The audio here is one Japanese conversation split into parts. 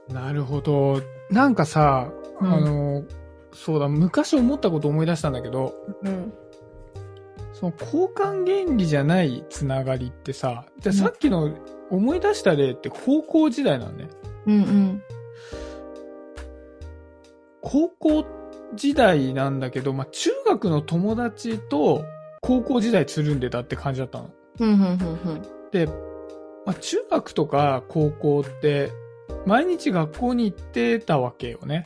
なるほど。なんかさ、そうだ、昔思ったこと思い出したんだけど、その交換原理じゃないつながりってさ、じゃあさっきの思い出した例って高校時代なのね。高校時代なんだけど、中学の友達と高校時代つるんでたって感じだったの。で、中学とか高校って毎日学校に行ってたわけよね。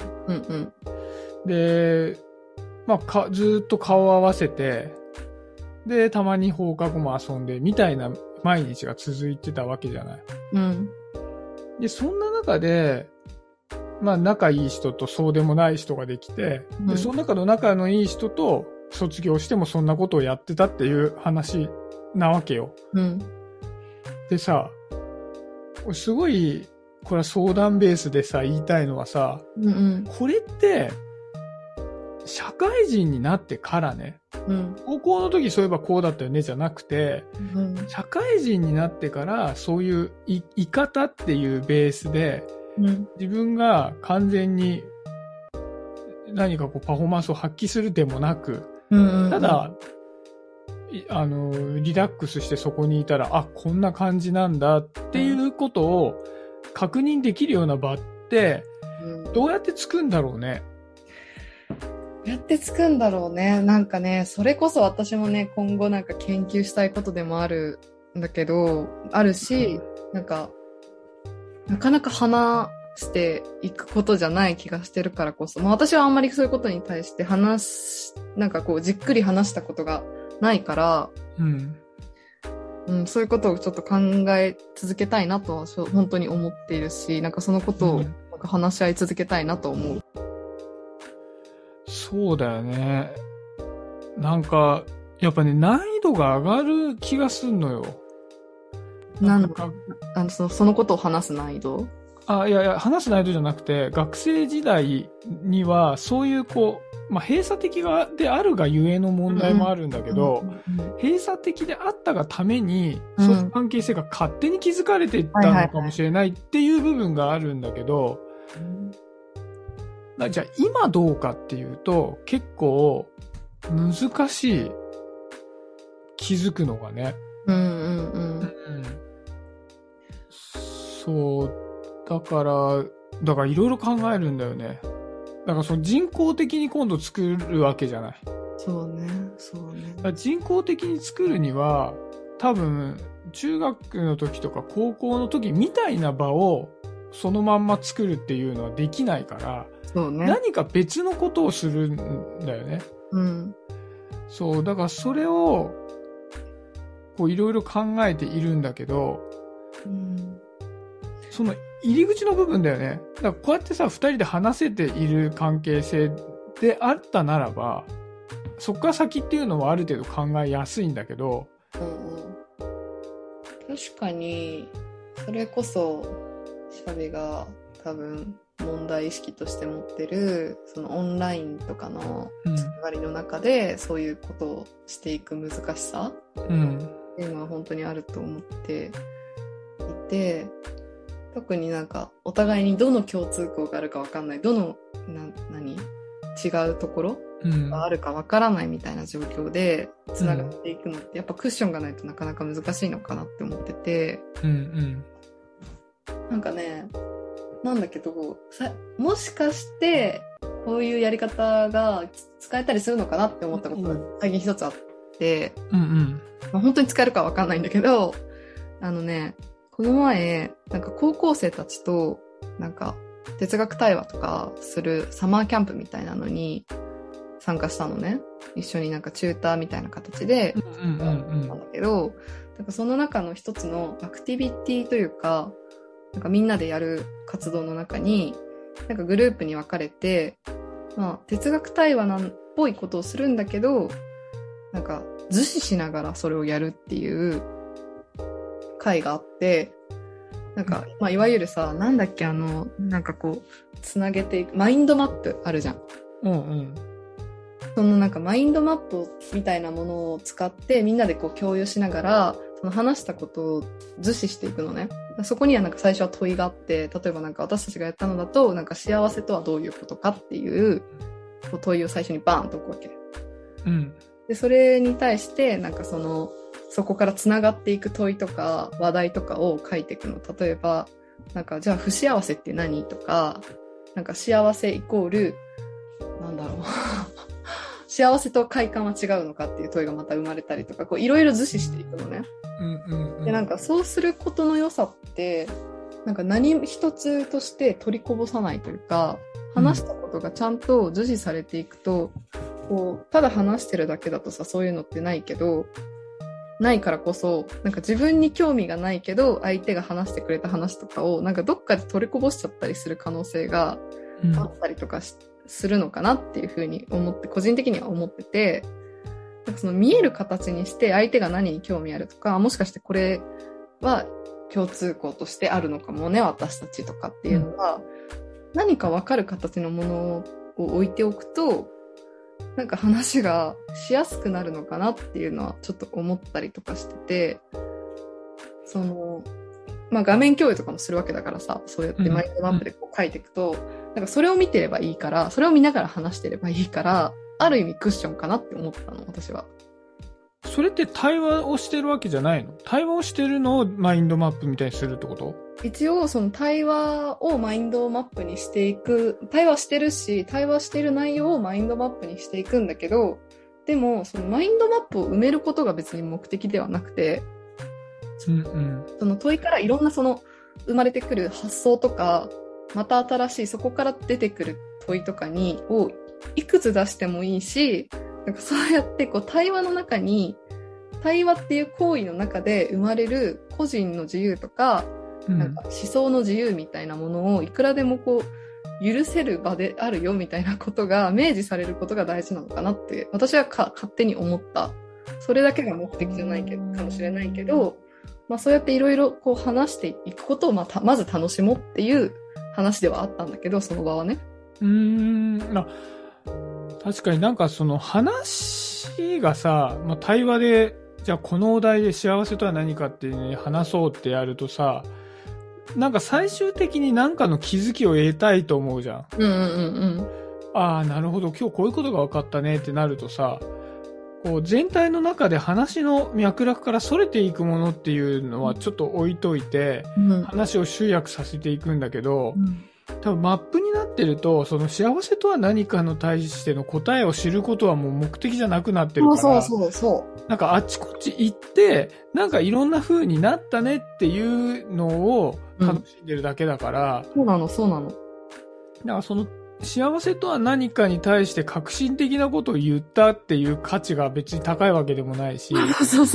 で、ずーっと顔を合わせて、で、たまに放課後も遊んでみたいな毎日が続いてたわけじゃない。で、そんな中で、仲いい人とそうでもない人ができて、で、その中の仲のいい人と卒業してもそんなことをやってたっていう話なわけよ。でさ、すごい、これは相談ベースでさ、言いたいのはさ、これって、社会人になってからね、高校の時そういえばこうだったよねじゃなくて、社会人になってからそういう生方っていうベースで、自分が完全に何かこうパフォーマンスを発揮するでもなく、ただ、リラックスしてそこにいたら、あ、こんな感じなんだっていうことを確認できるような場って、どうやってつくんだろうね。 やってつくんだろうね。なんかね、それこそ私もね、今後なんか研究したいことでもあるんだけど、あるし、なんか、なかなか話していくことじゃない気がしてるからこそ、私はあんまりそういうことに対してなんかこうじっくり話したことがないから、そういうことをちょっと考え続けたいなとは本当に思っているし、なんかそのことをなんか話し合い続けたいなと思う。 そうだよね。なんか、やっぱね、難易度が上がる気がすんのよ。 そのことを話す難易度？ いや、話す難易度じゃなくて、学生時代には、そういうこう、閉鎖的であるがゆえの問題もあるんだけど、閉鎖的であったがために、そういう関係性が勝手に築かれていったのかもしれないっていう部分があるんだけど、じゃあ今どうかっていうと、結構難しい、気づくのがね。そう、だからいろいろ考えるんだよね。だからその人工的に今度作るわけじゃない。 そうね。 だから人工的に作るには、多分、中学の時とか高校の時みたいな場をそのまんま作るっていうのはできないから、 そうね。 何か別のことをするんだよね。そう、だからそれを、こういろいろ考えているんだけど、その入り口の部分だよね。だからこうやってさ、二人で話せている関係性であったならば、そこから先っていうのはある程度考えやすいんだけど、 確かに、それこそ、シャビが多分問題意識として持ってる、そのオンラインとかのつながりの中で、そういうことをしていく難しさっていうのは本当にあると思っていて、特になんかお互いにどの共通項があるか分かんない、どの違うところがあるか分からないみたいな状況でつながっていくのってやっぱクッションがないとなかなか難しいのかなって思ってて、なんかね、なんだけどもしかしてこういうやり方が使えたりするのかなって思ったことが最近一つあって、本当に使えるか分かんないんだけど、この前、なんか高校生たちと、なんか哲学対話とかするサマーキャンプみたいなのに参加したのね。一緒になんかチューターみたいな形で、なんだけど、なんかその中の一つのアクティビティというか、なんかみんなでやる活動の中に、なんかグループに分かれて、哲学対話っぽいことをするんだけど、なんか図示しながらそれをやるっていう会があって、なんか、いわゆるさ、なんだっけ、なんかこう、つなげていく、マインドマップあるじゃん。そのなんかマインドマップみたいなものを使ってみんなでこう共有しながら、 その話したことを図示していくのね。そこにはなんか最初は問いがあって、例えばなんか私たちがやったのだと、なんか幸せとはどういうことかっていう問いを最初にバーンと置くわけ。 うん。 で、それに対して、なんかそこからつながっていく問いとか話題とかを書いていくの。例えば、なんかじゃあ不幸せって何とか、なんか幸せイコール、なんだろう。幸せと快感は違うのかっていう問いがまた生まれたりとか、こういろいろ図示していくのね。で、なんかそうすることの良さって、なんか何一つとして取りこぼさないというか、話したことがちゃんと図示されていくと、こう、ただ話してるだけだとさ、そういうのってないけど、ないからこそ、なんか自分に興味がないけど、相手が話してくれた話とかを、なんかどっかで取りこぼしちゃったりする可能性があったりとかするのかなっていうふうに思って、個人的には思ってて、なんかその見える形にして相手が何に興味あるとか、もしかしてこれは共通項としてあるのかもね、私たちとかっていうのが、何か分かる形のものを置いておくと、なんか話がしやすくなるのかなっていうのはちょっと思ったりとかしてて、まあ画面共有とかもするわけだからさ、そうやってマインドマップでこう書いていくと、なんかそれを見てればいいから、それを見ながら話してればいいから、ある意味クッションかなって思ったの、私は。 それって対話をしてるわけじゃないの？対話をしてるのをマインドマップみたいにするってこと？ 一応その対話をマインドマップにしていく、対話してるし、対話してる内容をマインドマップにしていくんだけど、でもそのマインドマップを埋めることが別に目的ではなくて、その問いからいろんな生まれてくる発想とか、また新しいそこから出てくる問いとかをいくつ出してもいいし、なんかそうやってこう対話の中に、対話っていう行為の中で生まれる個人の自由とか、なんか思想の自由みたいなものをいくらでもこう許せる場であるよみたいなことが明示されることが大事なのかなって私は勝手に思った。それだけが目的じゃないかもしれないけど、まあそうやっていろいろこう話していくことをまず楽しもうっていう話ではあったんだけど、その場はね。 確かになんかその話がさ、まあ、対話でじゃあこのお題で幸せとは何かっていうのに話そうってやるとさ、なんか最終的に何かの気づきを得たいと思うじゃん。ああ、なるほど、今日こういうことが分かったねってなるとさ、こう全体の中で話の脈絡から逸れていくものっていうのはちょっと置いといて、話を集約させていくんだけど、多分マップになってると、その幸せとは何かの対しての答えを知ることはもう目的じゃなくなってるから、なんかあっちこっち行って、なんかいろんな風になったねっていうのを楽しんでるだけだから、 そうなの。だからその幸せとは何かに対して革新的なことを言ったっていう価値が別に高いわけでもないし、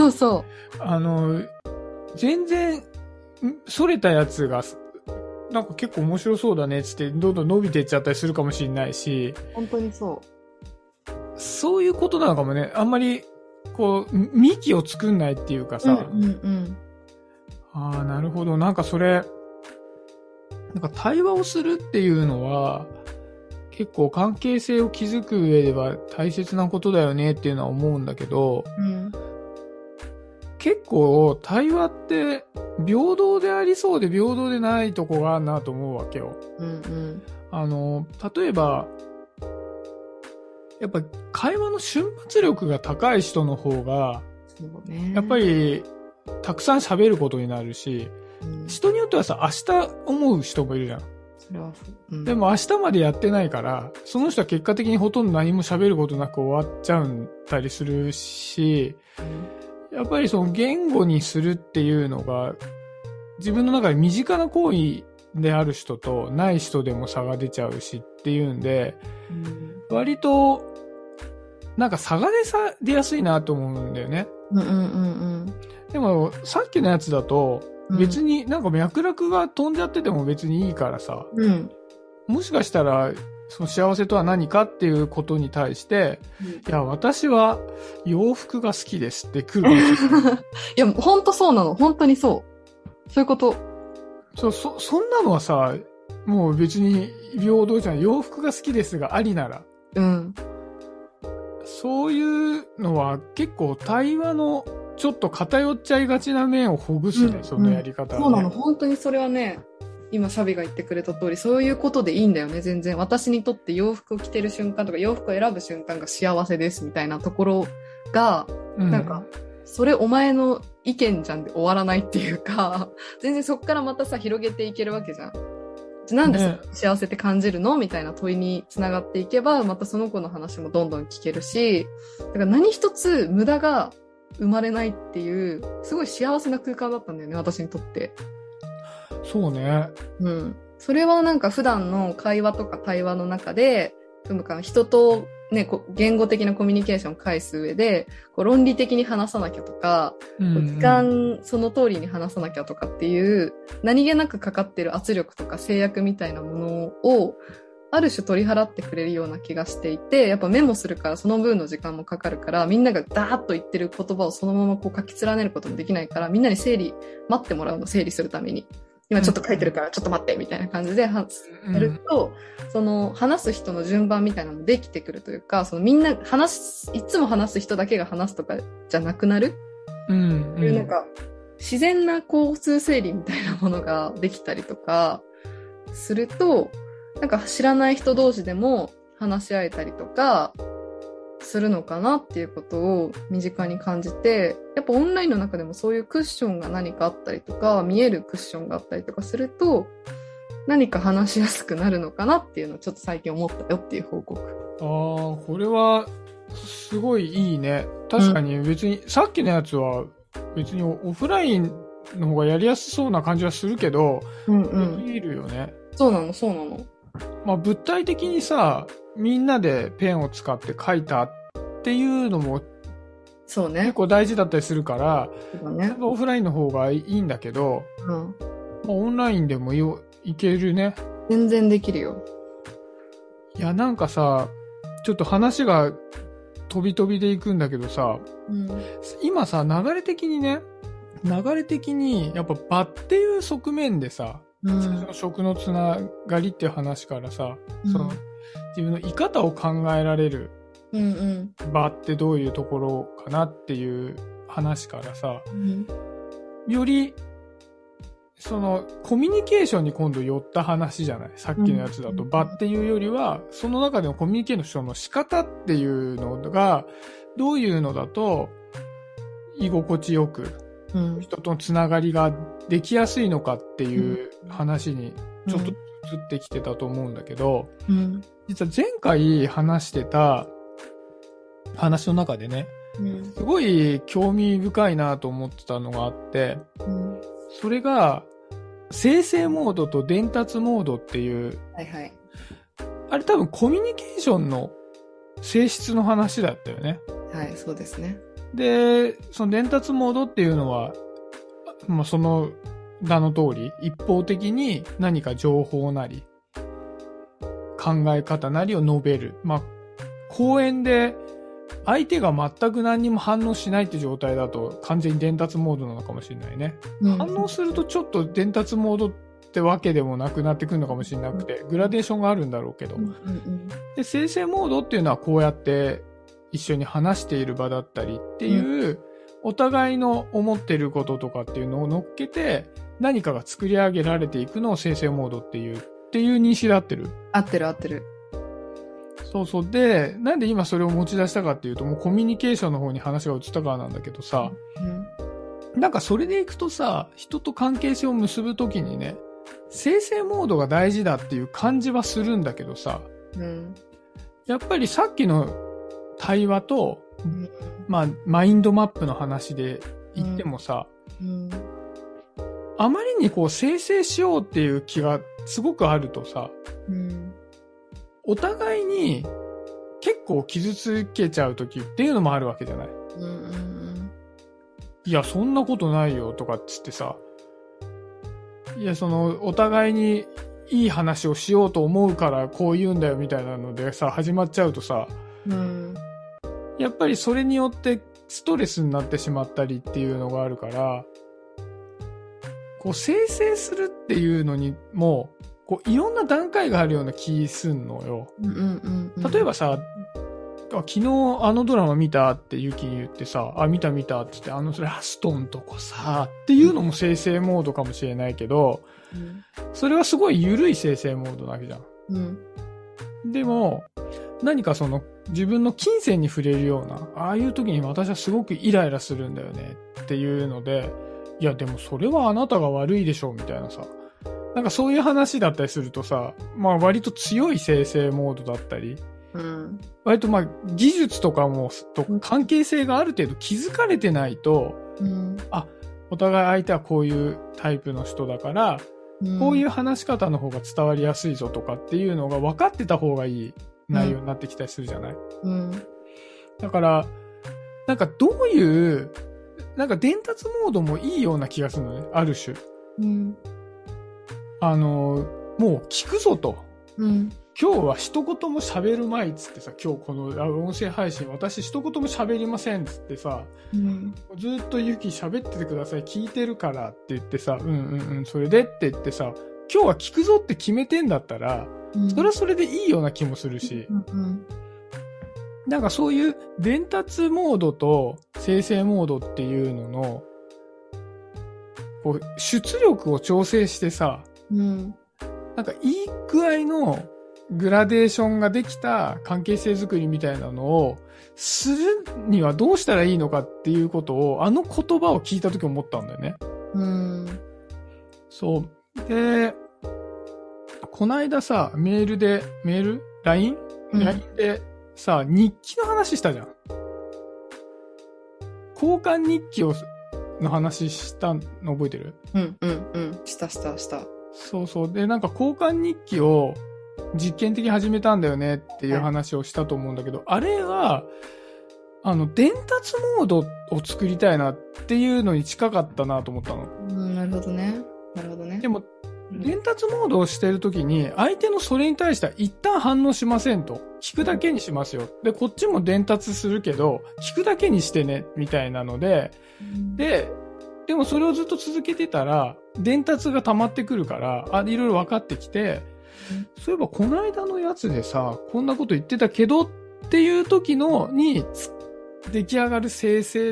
全然、それたやつが、なんか結構面白そうだねっつってどんどん伸びていっちゃったりするかもしれないし、 本当にそういうことなのかもね。あんまりこう幹を作んないっていうかさ、ああ、なるほど。なんかそれなんか対話をするっていうのは結構関係性を築く上では大切なことだよねっていうのは思うんだけど、結構対話って平等でありそうで平等でないとこがあるなと思うわけよ。例えばやっぱ会話の瞬発力が高い人の方が、やっぱりたくさん喋ることになるし、人によってはさ、明日思う人もいるじゃん。でも明日までやってないから、その人は結果的にほとんど何も喋ることなく終わっちゃったりするし、やっぱりその言語にするっていうのが、自分の中で身近な行為である人とない人でも差が出ちゃうしっていうんで、割と、なんか差が出やすいなと思うんだよね。でも、さっきのやつだと、別になんか脈絡が飛んじゃってても別にいいからさ、もしかしたら、その幸せとは何かっていうことに対して、いや、私は洋服が好きですって来るかもしれない。いや、ほんとそうなの。本当にそう。そういうこと。 そんなのはさ、もう別に平等じゃん。洋服が好きですがありなら。そういうのは結構対話のちょっと偏っちゃいがちな面をほぐすね、そのやり方はね。 そうなの、本当にそれはね、今シャビが言ってくれた通り、そういうことでいいんだよね、全然。私にとって洋服を着てる瞬間とか、洋服を選ぶ瞬間が幸せですみたいなところが、なんか、それお前の意見じゃんで終わらないっていうか、全然そっからまたさ、広げていけるわけじゃん。なんで幸せって感じるのみたいな問いにつながっていけば、またその子の話もどんどん聞けるし、だから何一つ無駄が生まれないっていう、すごい幸せな空間だったんだよね、私にとって。 そうね。 うん。それはなんか普段の会話とか対話の中で、人とね、言語的なコミュニケーションを返す上で、論理的に話さなきゃとか、時間その通りに話さなきゃとかっていう、何気なくかかってる圧力とか制約みたいなものを、ある種取り払ってくれるような気がしていて、やっぱメモするからその分の時間もかかるから、みんながダーッと言ってる言葉をそのまま書き連ねることもできないから、みんなに待ってもらうの、整理するために。今ちょっと書いてるからちょっと待ってみたいな感じでやると、その話す人の順番みたいなのもできてくるというか、そのみんないつも話す人だけが話すとかじゃなくなる。なんか自然な交通整理みたいなものができたりとかすると、なんか知らない人同士でも話し合えたりとかするのかなっていうことを身近に感じて、やっぱオンラインの中でもそういうクッションが何かあったりとか、見えるクッションがあったりとかすると、何か話しやすくなるのかなっていうのをちょっと最近思ったよっていう報告。 これはすごいいいね。確かに別に、さっきのやつは別にオフラインの方がやりやすそうな感じはするけど、できるよね。 そうなの。 まあ物体的にさ、みんなでペンを使って書いたっていうのもそうね。 結構大事だったりするから、 ね、 オフラインの方がいいんだけど、まあ、オンラインでもいけるね。 全然できるよ。 いや、なんかさ、ちょっと話が飛び飛びでいくんだけどさ、今さ、流れ的にやっぱ場っていう側面でさ、最初の食のつながりっていう話からさ、その自分の生き方を考えられる場ってどういうところかなっていう話からさ、よりそのコミュニケーションに今度寄った話じゃない。さっきのやつだと場っていうよりは、その中でのコミュニケーションの仕方っていうのがどういうのだと居心地よく人とのつながりができやすいのかっていう話にちょっと移ってきてたと思うんだけど、実は前回話してた話の中でね、すごい興味深いなと思ってたのがあって、それが生成モードと伝達モードっていう、あれ多分コミュニケーションの性質の話だったよね。 はい、そうですね。 で、その伝達モードっていうのは、まあ、その名の通り、一方的に何か情報なり、考え方なりを述べる。まあ、講演で相手が全く何にも反応しないって状態だと完全に伝達モードなのかもしれないね。反応するとちょっと伝達モードってわけでもなくなってくるのかもしれなくて、グラデーションがあるんだろうけど。で、生成モードっていうのはこうやって一緒に話している場だったりっていう、お互いの思ってることとかっていうのを乗っけて何かが作り上げられていくのを生成モードっていう認識で合ってる？ 合ってる。 そうそう。で、なんで今それを持ち出したかっていうと、もうコミュニケーションの方に話が移ったからなんだけどさ、なんかそれでいくとさ、人と関係性を結ぶときにね、生成モードが大事だっていう感じはするんだけどさ、やっぱりさっきの対話と、まあ、マインドマップの話で言ってもさ、あまりにこう生成しようっていう気がすごくあるとさ、お互いに結構傷つけちゃう時っていうのもあるわけじゃない。いや、そんなことないよとかっつってさ、いや、そのお互いにいい話をしようと思うからこう言うんだよみたいなのでさ、始まっちゃうとさ、やっぱりそれによってストレスになってしまったりっていうのがあるから、こう生成するっていうのにもこういろんな段階があるような気すんのよ。例えばさ、 昨日あのドラマ見たってユキに言ってさ、見たって言って、ラストンとこさ、っていうのも生成モードかもしれないけど、それはすごい緩い生成モードなわけじゃん。でも、何か自分の金銭に触れるような、ああいう時に私はすごくイライラするんだよねっていうので、いやでもそれはあなたが悪いでしょみたいなさ、なんかそういう話だったりするとさ、割と強い生成モードだったり、割と技術とかもと関係性がある程度気づかれてないと、お互い相手はこういうタイプの人だから、こういう話し方の方が伝わりやすいぞとかっていうのが分かってた方がいい内容になってきたりするじゃない？だから、なんかどういう、なんか伝達モードもいいような気がするのね、ある種。もう聞くぞと。今日は一言も喋るまいっつってさ、今日この音声配信私一言も喋りませんっつってさ、ずっとユキ喋っててください、聞いてるからって言ってさ、それでって言ってさ、今日は聞くぞって決めてんだったら、それはそれでいいような気もするし、なんかそういう伝達モードと生成モードっていうのの、こう出力を調整してさ、なんかいい具合のグラデーションができた関係性づくりみたいなのをするにはどうしたらいいのかっていうことを、あの言葉を聞いたとき思ったんだよね。そう。で、こないださ、LINE でさ、日記の話したじゃん。交換日記の話したの覚えてる？ した。 そうそう。で、なんか交換日記を実験的に始めたんだよねっていう話をしたと思うんだけど、あれは、伝達モードを作りたいなっていうのに近かったなと思ったの。 なるほどね。 でも、伝達モードをしてるときに、相手のそれに対しては一旦反応しませんと。聞くだけにしますよ。で、こっちも伝達するけど、聞くだけにしてね、みたいなので、でもそれをずっと続けてたら、伝達が溜まってくるから、いろいろ分かってきて、そういえばこの間のやつでさ、こんなこと言ってたけどっていう時に出来上がる生成って、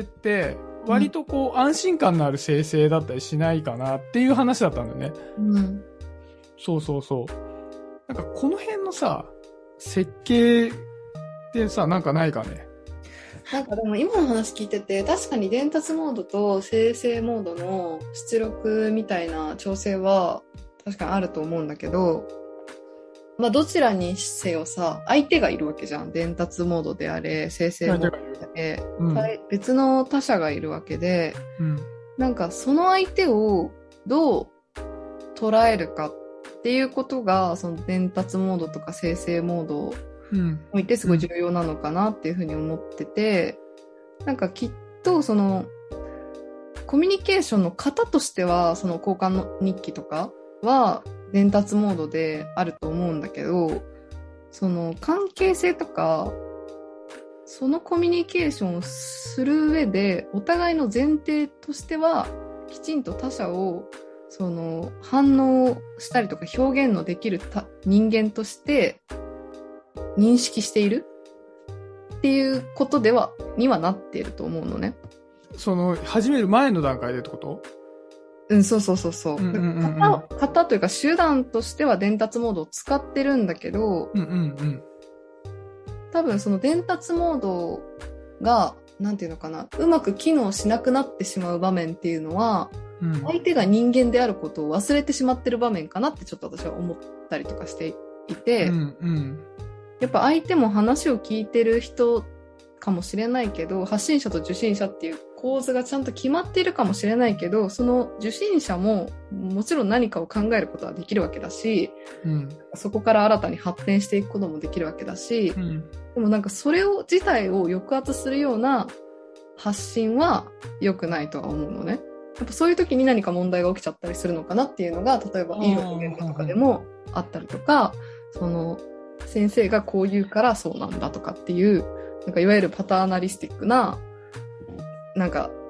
割とこう安心感のある生成だったりしないかなっていう話だったんだよね。そう。なんかこの辺のさ、設計ってさ、なんかないかね。 なんかでも今の話聞いてて、確かに伝達モードと生成モードの出力みたいな調整は確かにあると思うんだけど、どちらにせよさ、相手がいるわけじゃん。伝達モードであれ、生成モードであれ、別の他者がいるわけで、なんかその相手をどう捉えるかっていうことが、その伝達モードとか生成モードにおいてすごい重要なのかなっていうふうに思ってて、なんかきっとそのコミュニケーションの型としては、その交換の日記とかは伝達モードであると思うんだけど、その関係性とかそのコミュニケーションをする上で、お互いの前提としてはきちんと他者をその反応したりとか表現のできる人間として認識しているっていうことにはなっていると思うのね。 その始める前の段階でってこと？ そう。型というか手段としては伝達モードを使ってるんだけど、多分その伝達モードがなんていうのかな、うまく機能しなくなってしまう場面っていうのは、相手が人間であることを忘れてしまってる場面かなってちょっと私は思ったりとかしていて、やっぱ相手も話を聞いてる人かもしれないけど、発信者と受信者っていう構図がちゃんと決まっているかもしれないけど、その受信者ももちろん何かを考えることはできるわけだし、そこから新たに発展していくこともできるわけだし、でもなんかそれ自体を抑圧するような発信は良くないとは思うのね。やっぱそういう時に何か問題が起きちゃったりするのかなっていうのが、例えば医療の現場とかでもあったりとか、その先生がこう言うからそうなんだとかっていう、なんかいわゆるパターナリスティックななんか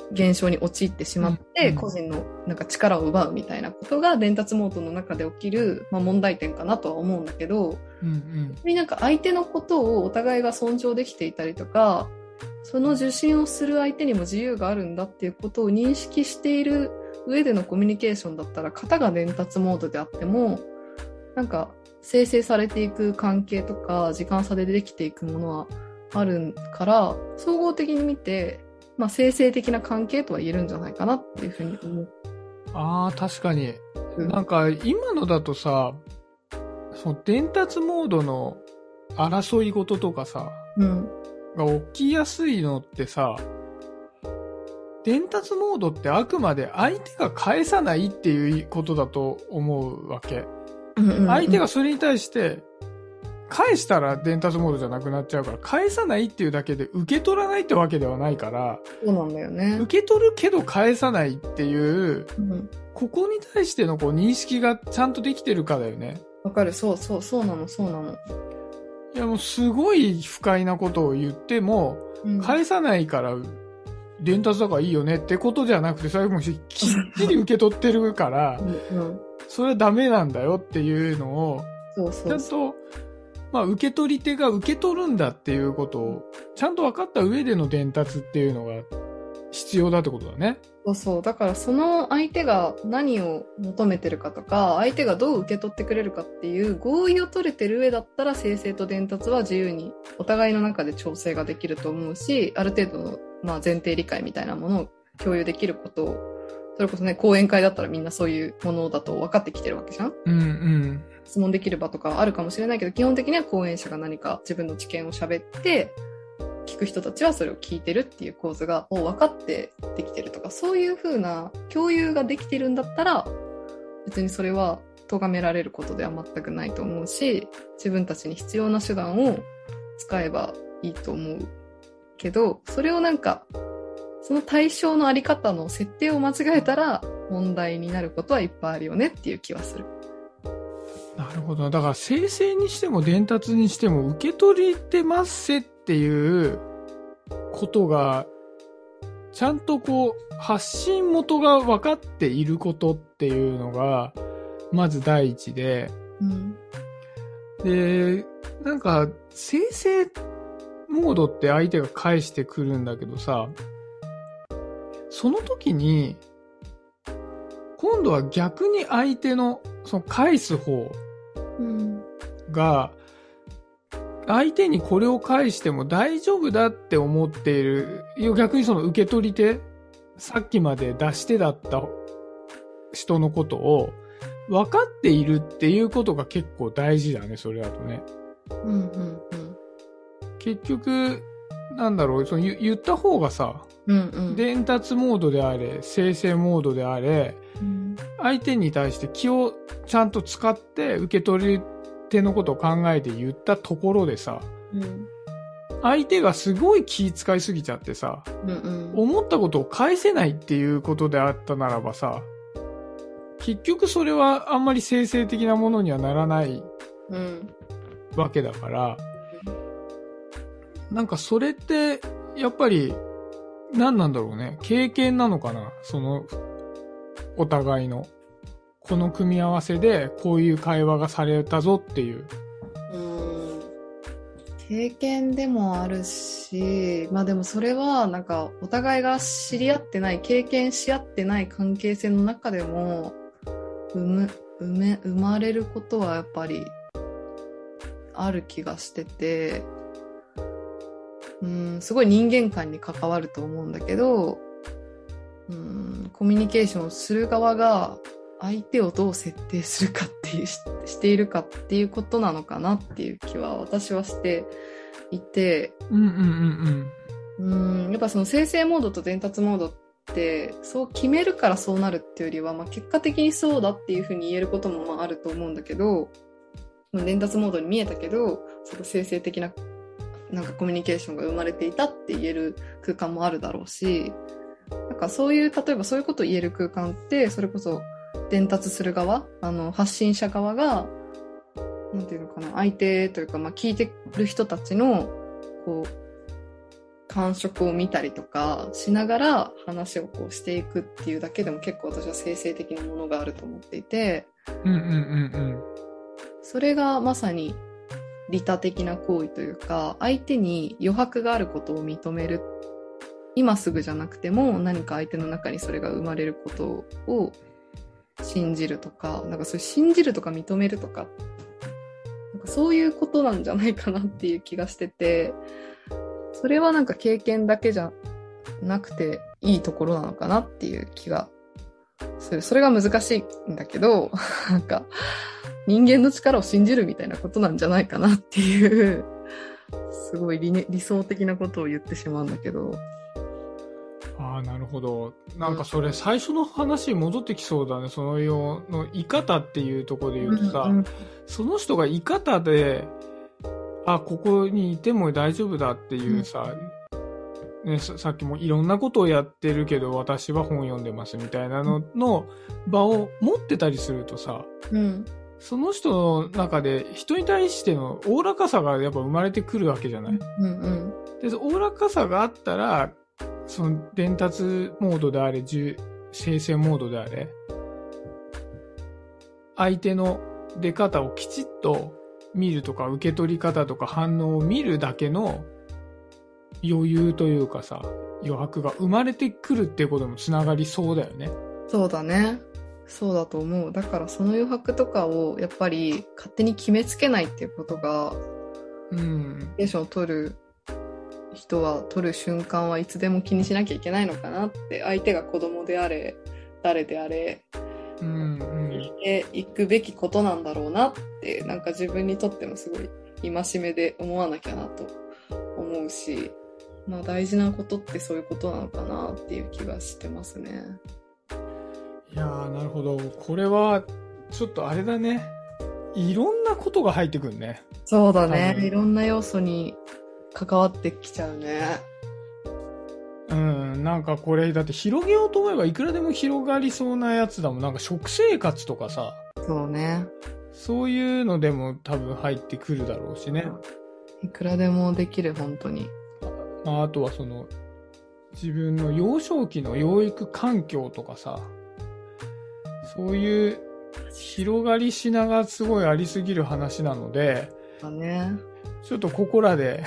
現象に陥ってしまって、個人のなんか力を奪うみたいなことが伝達モードの中で起きる、問題点かなとは思うんだけど、なんか相手のことをお互いが尊重できていたりとか、その受信をする相手にも自由があるんだっていうことを認識している上でのコミュニケーションだったら、型が伝達モードであっても、なんか生成されていく関係とか時間差でできていくものはあるから、総合的に見て、生成的な関係とは言えるんじゃないかなっていうふうに思う。 ああ、確かに。なんか今のだとさ、その伝達モードの争い事とかさ、が起きやすいのってさ、伝達モードってあくまで相手が返さないっていうことだと思うわけ。相手がそれに対して返したら伝達モードじゃなくなっちゃうから、返さないっていうだけで受け取らないってわけではないから、 そうなんだよね。 受け取るけど返さないっていう、ここに対してのこう認識がちゃんとできてるかだよね。 わかる。そうなの。 いやもうすごい不快なことを言っても、返さないから伝達だからいいよねってことじゃなくて、それもきっちり受け取ってるから、それはダメなんだよっていうのを、ちゃんと、受け取り手が受け取るんだっていうことを、ちゃんと分かった上での伝達っていうのが必要だってことだね。 そう。だからその相手が何を求めてるかとか、相手がどう受け取ってくれるかっていう合意を取れてる上だったら、生成と伝達は自由にお互いの中で調整ができると思うし、ある程度の前提理解みたいなものを共有できることを、それこそね、講演会だったらみんなそういうものだと分かってきてるわけじゃん。質問できる場とかあるかもしれないけど、基本的には講演者が何か自分の知見を喋って、聞く人たちはそれを聞いてるっていう構図が分かってできてるとか、そういう風な共有ができてるんだったら、別にそれは咎められることでは全くないと思うし、自分たちに必要な手段を使えばいいと思うけど、それをなんかその対象のあり方の設定を間違えたら問題になることはいっぱいあるよねっていう気はする。 なるほど。だから生成にしても伝達にしても受け取りてますっていうことがちゃんとこう発信元が分かっていることっていうのがまず第一で、で、なんか生成モードって相手が返してくるんだけどさ、その時に今度は逆に相手のその返す方が、相手にこれを返しても大丈夫だって思っている、逆にその受け取り手、さっきまで出し手だった人のことを分かっているっていうことが結構大事だね、それだとね。結局、なんだろう、その言った方がさ、伝達モードであれ、生成モードであれ、相手に対して気をちゃんと使って受け取り手のことを考えて言ったところでさ、相手がすごい気遣いすぎちゃってさ、思ったことを返せないっていうことであったならばさ、結局それはあんまり生成的なものにはならないわけだから、なんかそれってやっぱり何なんだろうね、経験なのかな、そのお互いのこの組み合わせでこういう会話がされたぞっていう。 経験でもあるし、でもそれはなんかお互いが知り合ってない、経験し合ってない関係性の中でも生まれることはやっぱりある気がしてて、すごい人間観に関わると思うんだけど、コミュニケーションをする側が相手をどう設定するかっていうしているかっていうことなのかなっていう気は私はしていて、やっぱその生成モードと伝達モードってそう決めるからそうなるっていうよりは、結果的にそうだっていうふうに言えることもあると思うんだけど、伝達モードに見えたけどその生成的ななんかコミュニケーションが生まれていたって言える空間もあるだろうし、なんかそういう例えばそういうことを言える空間ってそれこそ伝達する側、発信者側がなんていうのかな、相手というか聞いてる人たちのこ感触を見たりとかしながら話をこうしていくっていうだけでも結構私は生成的なものがあると思っていて、それがまさに利他的な行為というか、相手に余白があることを認める、今すぐじゃなくても何か相手の中にそれが生まれることを信じるとか、なんかそういう信じるとか認めるとか、なんかそういうことなんじゃないかなっていう気がしてて、それはなんか経験だけじゃなくていいところなのかなっていう気がする。それが難しいんだけど、なんか人間の力を信じるみたいなことなんじゃないかなっていう、すごい理想的なことを言ってしまうんだけど。 ああ、なるほど。なんかそれ最初の話に戻ってきそうだね。そのようの居方っていうところで言うとさ、その人が居方で、あ、ここにいても大丈夫だっていうさ、ね、さっきもいろんなことをやってるけど私は本読んでますみたいなのの場を持ってたりするとさ、その人の中で人に対してのおおらかさがやっぱ生まれてくるわけじゃない。で、おおらかさがあったら、その伝達モードであれ、生成モードであれ、相手の出方をきちっと見るとか受け取り方とか反応を見るだけの余裕というかさ、余白が生まれてくるっていうことにもつながりそうだよね。 そうだね。そうだと思う。だからその余白とかをやっぱり勝手に決めつけないっていうことが、コミュニケーションを取る人は取る瞬間はいつでも気にしなきゃいけないのかなって、相手が子供であれ誰であれ生きていくべきことなんだろうなって、なんか自分にとってもすごい戒めで思わなきゃなと思うし、まあ大事なことってそういうことなのかなっていう気がしてますね。 いやー、なるほど。これはちょっとあれだね、いろんなことが入ってくるね。 そうだね、いろんな要素に関わってきちゃうね。 なんかこれだって広げようと思えばいくらでも広がりそうなやつだもん。なんか食生活とかさ、 そうね、 そういうのでも多分入ってくるだろうしね。 いくらでもできる、本当に。 あとはその自分の幼少期の養育環境とかさ、そういう広がりしながらすごいありすぎる話なので、 だね、 ちょっとここらで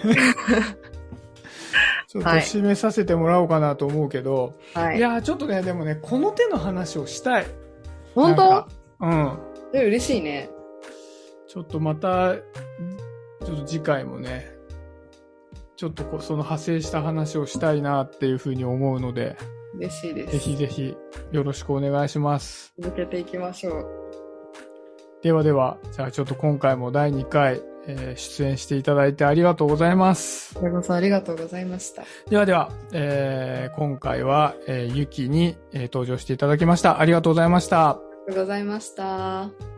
ちょっと締めさせてもらおうかなと思うけど、いやーちょっとね、でもね、この手の話をしたい。 本当？嬉しいね。 ちょっとまた、ちょっと次回もね、ちょっとその派生した話をしたいなっていうふうに思うので、 嬉しいです。 ぜひぜひよろしくお願いします。 続けていきましょう。 ではでは、じゃあちょっと今回も第2回、出演していただいてありがとうございます。 こちらこそありがとうございました。 ではでは、今回は、ゆきに、登場していただきました。ありがとうございました。 ありがとうございました。